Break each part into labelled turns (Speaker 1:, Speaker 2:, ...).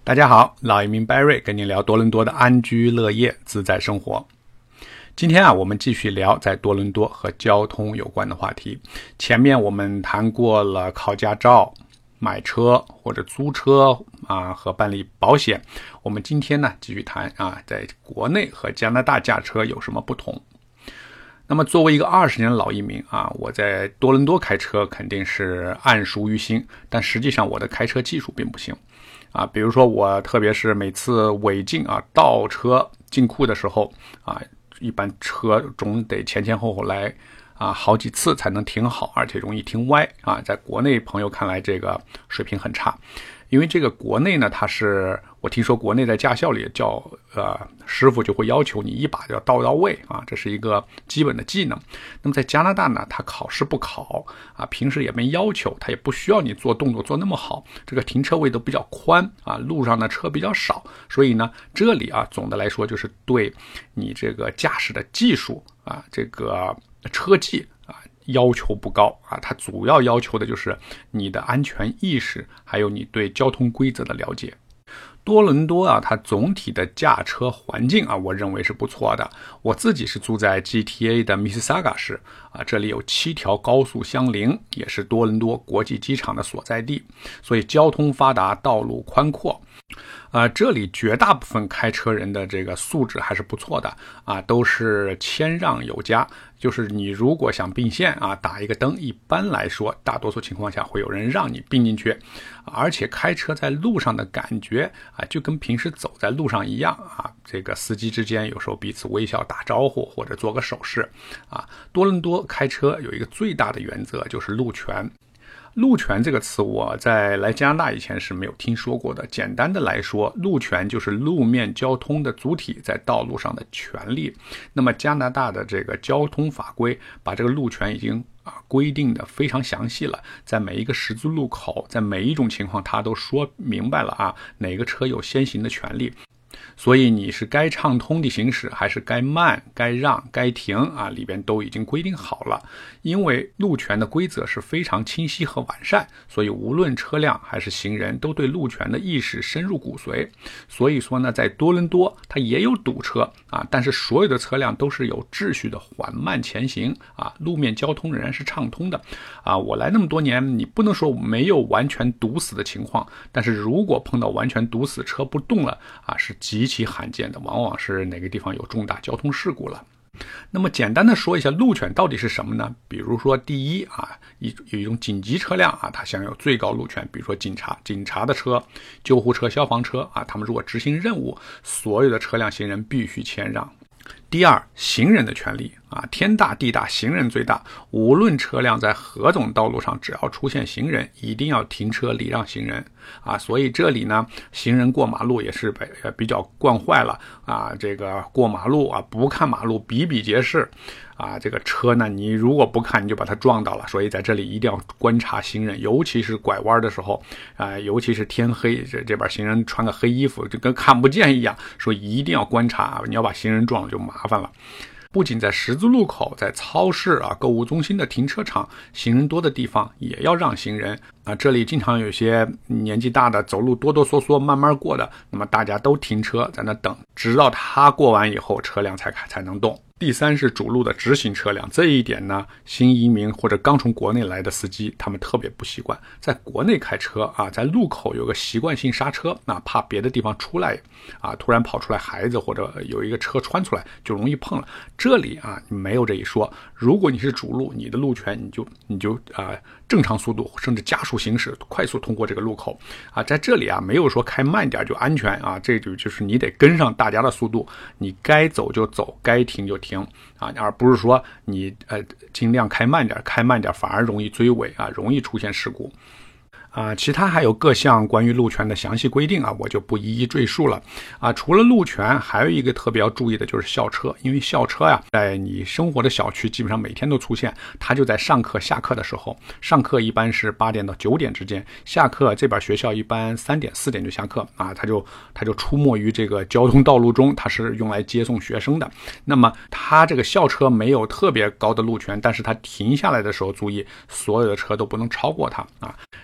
Speaker 1: 大家好，老移民 Barry 跟您聊多伦多的安居乐业自在生活。今天我们继续聊在多伦多和交通有关的话题。前面我们谈过了考驾照、买车或者租车和办理保险。我们今天呢继续谈在国内和加拿大驾车有什么不同。那么作为一个20年的老移民我在多伦多开车肯定是谙熟于心，但实际上我的开车技术并不行比如说我特别是每次违禁倒车进库的时候一般车总得前后来好几次才能停好，而且容易停歪在国内朋友看来这个水平很差。因为这个国内呢，我听说国内在驾校里叫师傅就会要求你一把就要到位这是一个基本的技能。那么在加拿大呢，他考试不考平时也没要求，他也不需要你做动作做那么好，这个停车位都比较宽路上的车比较少，所以呢这里总的来说就是对你这个驾驶的技术这个车技要求不高它主要要求的就是你的安全意识，还有你对交通规则的了解。多伦多它总体的驾车环境我认为是不错的。我自己是住在 GTA 的 Mississauga 市这里有7条高速相邻，也是多伦多国际机场的所在地，所以交通发达，道路宽阔。这里绝大部分开车人的这个素质还是不错的都是谦让有加。就是你如果想并线打一个灯，一般来说大多数情况下会有人让你并进去，而且开车在路上的感觉就跟平时走在路上一样这个司机之间有时候彼此微笑打招呼或者做个手势多伦多开车有一个最大的原则就是路权。路权这个词我在来加拿大以前是没有听说过的。简单的来说，路权就是路面交通的主体在道路上的权利。那么加拿大的这个交通法规把这个路权已经规定的非常详细了，在每一个十字路口，在每一种情况它都说明白了哪个车有先行的权利。所以你是该畅通的行驶还是该慢该让该停里边都已经规定好了。因为路权的规则是非常清晰和完善，所以无论车辆还是行人都对路权的意识深入骨髓。所以说呢，在多伦多它也有堵车但是所有的车辆都是有秩序的缓慢前行路面交通仍然是畅通的我来那么多年，你不能说没有完全堵死的情况，但是如果碰到完全堵死车不动了是极其罕见的，往往是哪个地方有重大交通事故了。那么简单的说一下路权到底是什么呢？比如说第一有一种紧急车辆它享有最高路权，比如说警察的车、救护车、消防车他们如果执行任务，所有的车辆行人必须谦让。第二，行人的权利天大地大，行人最大。无论车辆在何种道路上，只要出现行人，一定要停车礼让行人所以这里呢，行人过马路也是比较惯坏了这个过马路不看马路比比皆是这个车呢，你如果不看你就把它撞到了。所以在这里一定要观察行人，尤其是拐弯的时候尤其是天黑，这边行人穿个黑衣服就跟看不见一样，所以一定要观察你要把行人撞了就麻烦了。不仅在十字路口，在超市购物中心的停车场，行人多的地方也要让行人这里经常有些年纪大的走路哆哆嗦嗦慢慢过的，那么大家都停车在那等，直到他过完以后车辆才能动。第三是主路的直行车辆，这一点呢，新移民或者刚从国内来的司机他们特别不习惯。在国内开车在路口有个习惯性刹车怕别的地方出来突然跑出来孩子或者有一个车穿出来就容易碰了。这里没有这一说，如果你是主路，你的路权你就正常速度甚至加速行驶，快速通过这个路口在这里没有说开慢点就安全这就是你得跟上大家的速度，你该走就走，该停就停而不是说你尽量开慢点反而容易追尾容易出现事故。其他还有各项关于路权的详细规定我就不一一赘述了除了路权，还有一个特别要注意的就是校车。因为校车在你生活的小区基本上每天都出现，它就在上课下课的时候，上课一般是8点到9点之间，下课这边学校一般3点4点就下课它就出没于这个交通道路中，它是用来接送学生的。那么它这个校车没有特别高的路权，但是它停下来的时候注意所有的车都不能超过它这个校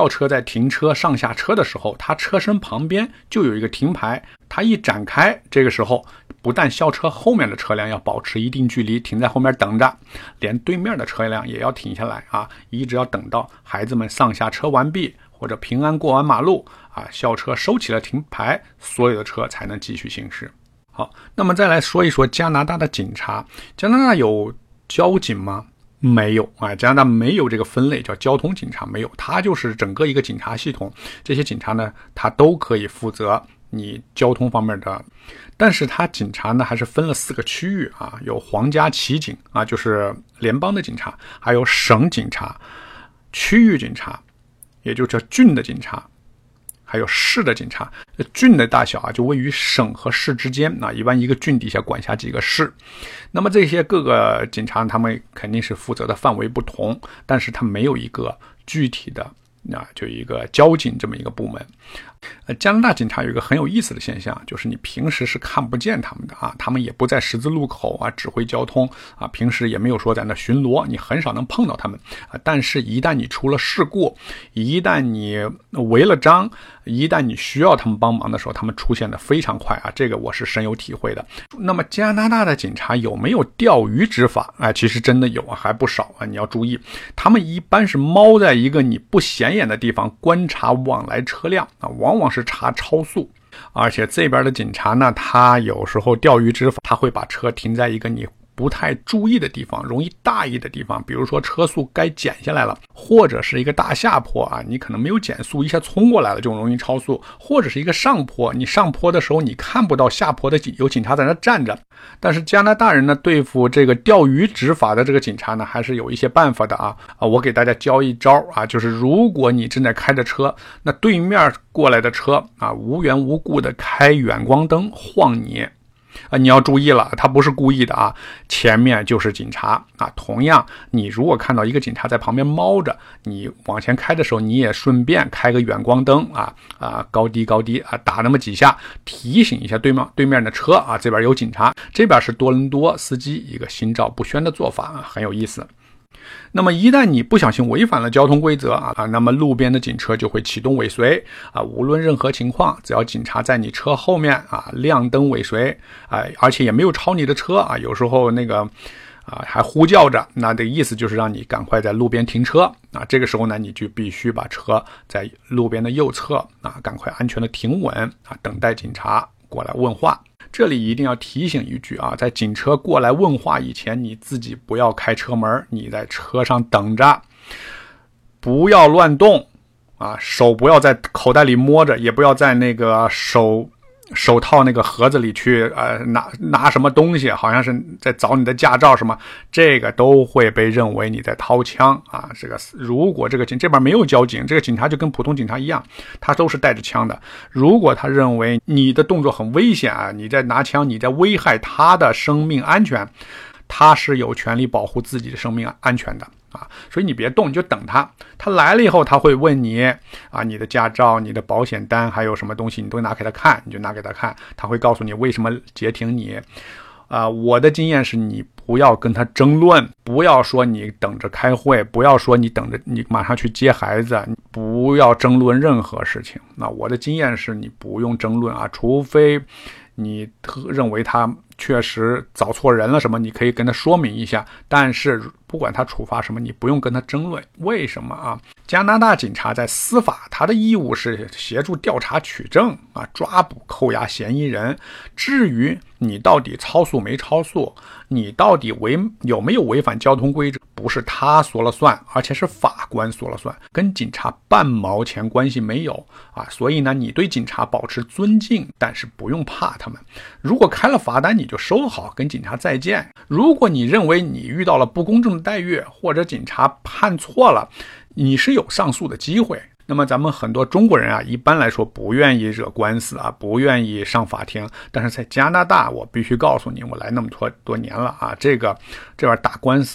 Speaker 1: 轿车在停车上下车的时候，它车身旁边就有一个停牌，它一展开，这个时候不但校车后面的车辆要保持一定距离停在后面等着，连对面的车辆也要停下来啊，一直要等到孩子们上下车完毕或者平安过完马路啊，校车收起了停牌，所有的车才能继续行驶。好，那么再来说一说加拿大的警察。加拿大有交警吗？没有啊，加拿大没有这个分类叫交通警察，没有，它就是整个一个警察系统。这些警察呢，他都可以负责你交通方面的，但是他警察呢还是分了4个区域啊，有皇家骑警啊，就是联邦的警察，还有省警察、区域警察，也就叫郡的警察，还有市的警察。郡的大小啊，就位于省和市之间啊，一般一个郡底下管辖几个市。那么这些各个警察，他们肯定是负责的范围不同，但是他没有一个具体的就一个交警这么一个部门。加拿大警察有一个很有意思的现象，就是你平时是看不见他们的啊，他们也不在十字路口啊指挥交通啊，平时也没有说在那巡逻，你很少能碰到他们啊。但是一旦你出了事故，一旦你违了章，一旦你需要他们帮忙的时候，他们出现的非常快啊，这个我是深有体会的。那么加拿大的警察有没有钓鱼执法？其实真的有啊，还不少啊，你要注意，他们一般是猫在一个你不显眼的地方观察往来车辆啊，往往是查超速。而且这边的警察呢，他有时候钓鱼执法，他会把车停在一个你不太注意的地方，容易大意的地方，比如说车速该减下来了，或者是一个大下坡啊，你可能没有减速，一下冲过来了就容易超速，或者是一个上坡，你上坡的时候你看不到下坡的有警察在那站着。但是加拿大人呢，对付这个钓鱼执法的这个警察呢，还是有一些办法的啊。我给大家教一招啊，就是如果你正在开着车，那对面过来的车啊，无缘无故的开远光灯晃你你要注意了，他不是故意的啊，前面就是警察啊。同样，你如果看到一个警察在旁边猫着，你往前开的时候，你也顺便开个远光灯高低打那么几下，提醒一下对面的车啊，这边有警察。这边是多伦多司机一个心照不宣的做法啊，很有意思。那么一旦你不小心违反了交通规则那么路边的警车就会启动尾随无论任何情况，只要警察在你车后面亮灯尾随而且也没有超你的车有时候那个还呼叫着，那这个意思就是让你赶快在路边停车这个时候呢，你就必须把车在路边的右侧赶快安全的停稳等待警察过来问话。这里一定要提醒一句在警车过来问话以前，你自己不要开车门，你在车上等着，不要乱动手不要在口袋里摸着，也不要在那个手套那个盒子里去拿什么东西，好像是在找你的驾照什么，这个都会被认为你在掏枪这个如果这边没有交警，这个警察就跟普通警察一样，他都是带着枪的。如果他认为你的动作很危险你在拿枪，你在危害他的生命安全，他是有权利保护自己的生命安全的所以你别动，你就等他来了以后，他会问你你的驾照、你的保险单还有什么东西，你都拿给他看，你就拿给他看，他会告诉你为什么截停你我的经验是你不要跟他争论，不要说你等着开会，不要说你等着你马上去接孩子，不要争论任何事情。我的经验是你不用争论除非你认为他确实找错人了什么，你可以跟他说明一下，但是不管他处罚什么，你不用跟他争论。为什么加拿大警察在司法，他的义务是协助调查取证抓捕扣押嫌疑人。至于你到底超速没超速，你到底有没有违反交通规则，不是他说了算，而且是法官说了算，跟警察半毛钱关系没有所以呢，你对警察保持尊敬，但是不用怕他们。如果开了罚单，你就收好，跟警察再见。如果你认为你遇到了不公正的待遇，或者警察判错了，你是有上诉的机会。那么咱们很多中国人一般来说不愿意惹官司不愿意上法庭，但是在加拿大，我必须告诉你，我来那么多年了这边打官司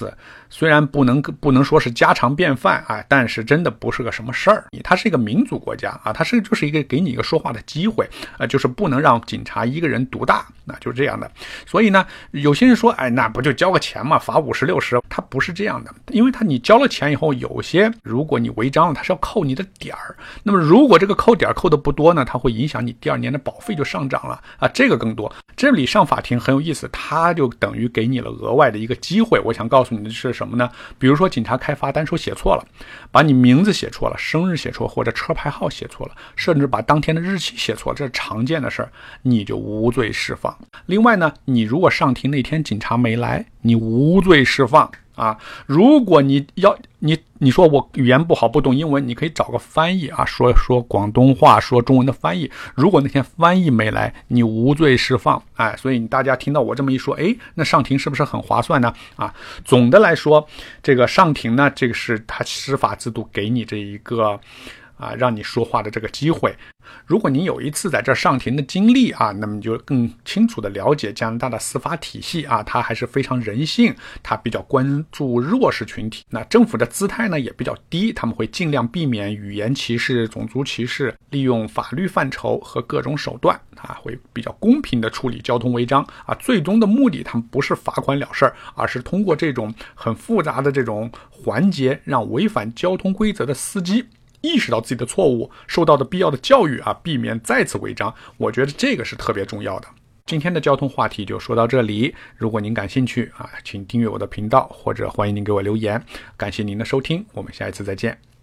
Speaker 1: 虽然不能说是家常便饭啊，但是真的不是个什么事儿。它是一个民主国家啊，它就是一个给你一个说话的机会就是不能让警察一个人独大，那就是这样的。所以呢，有些人说，那不就交个钱嘛，罚50、60，它不是这样的，因为你交了钱以后，有些如果你违章了，它是要扣你的点儿。那么如果这个扣点扣的不多呢，它会影响你第2年的保费就上涨了啊，这个更多。这里上法庭很有意思，它就等于给你了额外的一个机会。我想告诉你的是什么呢？比如说警察开罚单说写错了，把你名字写错了，生日写错，或者车牌号写错了，甚至把当天的日期写错，这是常见的事儿，你就无罪释放。另外呢，你如果上庭那天警察没来，你无罪释放啊。如果你说我语言不好，不懂英文，你可以找个翻译啊，说广东话，说中文的翻译。如果那天翻译没来，你无罪释放。所以大家听到我这么一说，那上庭是不是很划算呢？总的来说，这个上庭呢，这个是他司法制度给你这一个让你说话的这个机会。如果您有一次在这上庭的经历那么你就更清楚的了解加拿大的司法体系它还是非常人性，它比较关注弱势群体。那政府的姿态呢也比较低，他们会尽量避免语言歧视、种族歧视，利用法律范畴和各种手段会比较公平的处理交通违章最终的目的他们不是罚款了事儿，而是通过这种很复杂的这种环节，让违反交通规则的司机意识到自己的错误，受到的必要的教育避免再次违章。我觉得这个是特别重要的。今天的交通话题就说到这里，如果您感兴趣请订阅我的频道，或者欢迎您给我留言。感谢您的收听，我们下一次再见。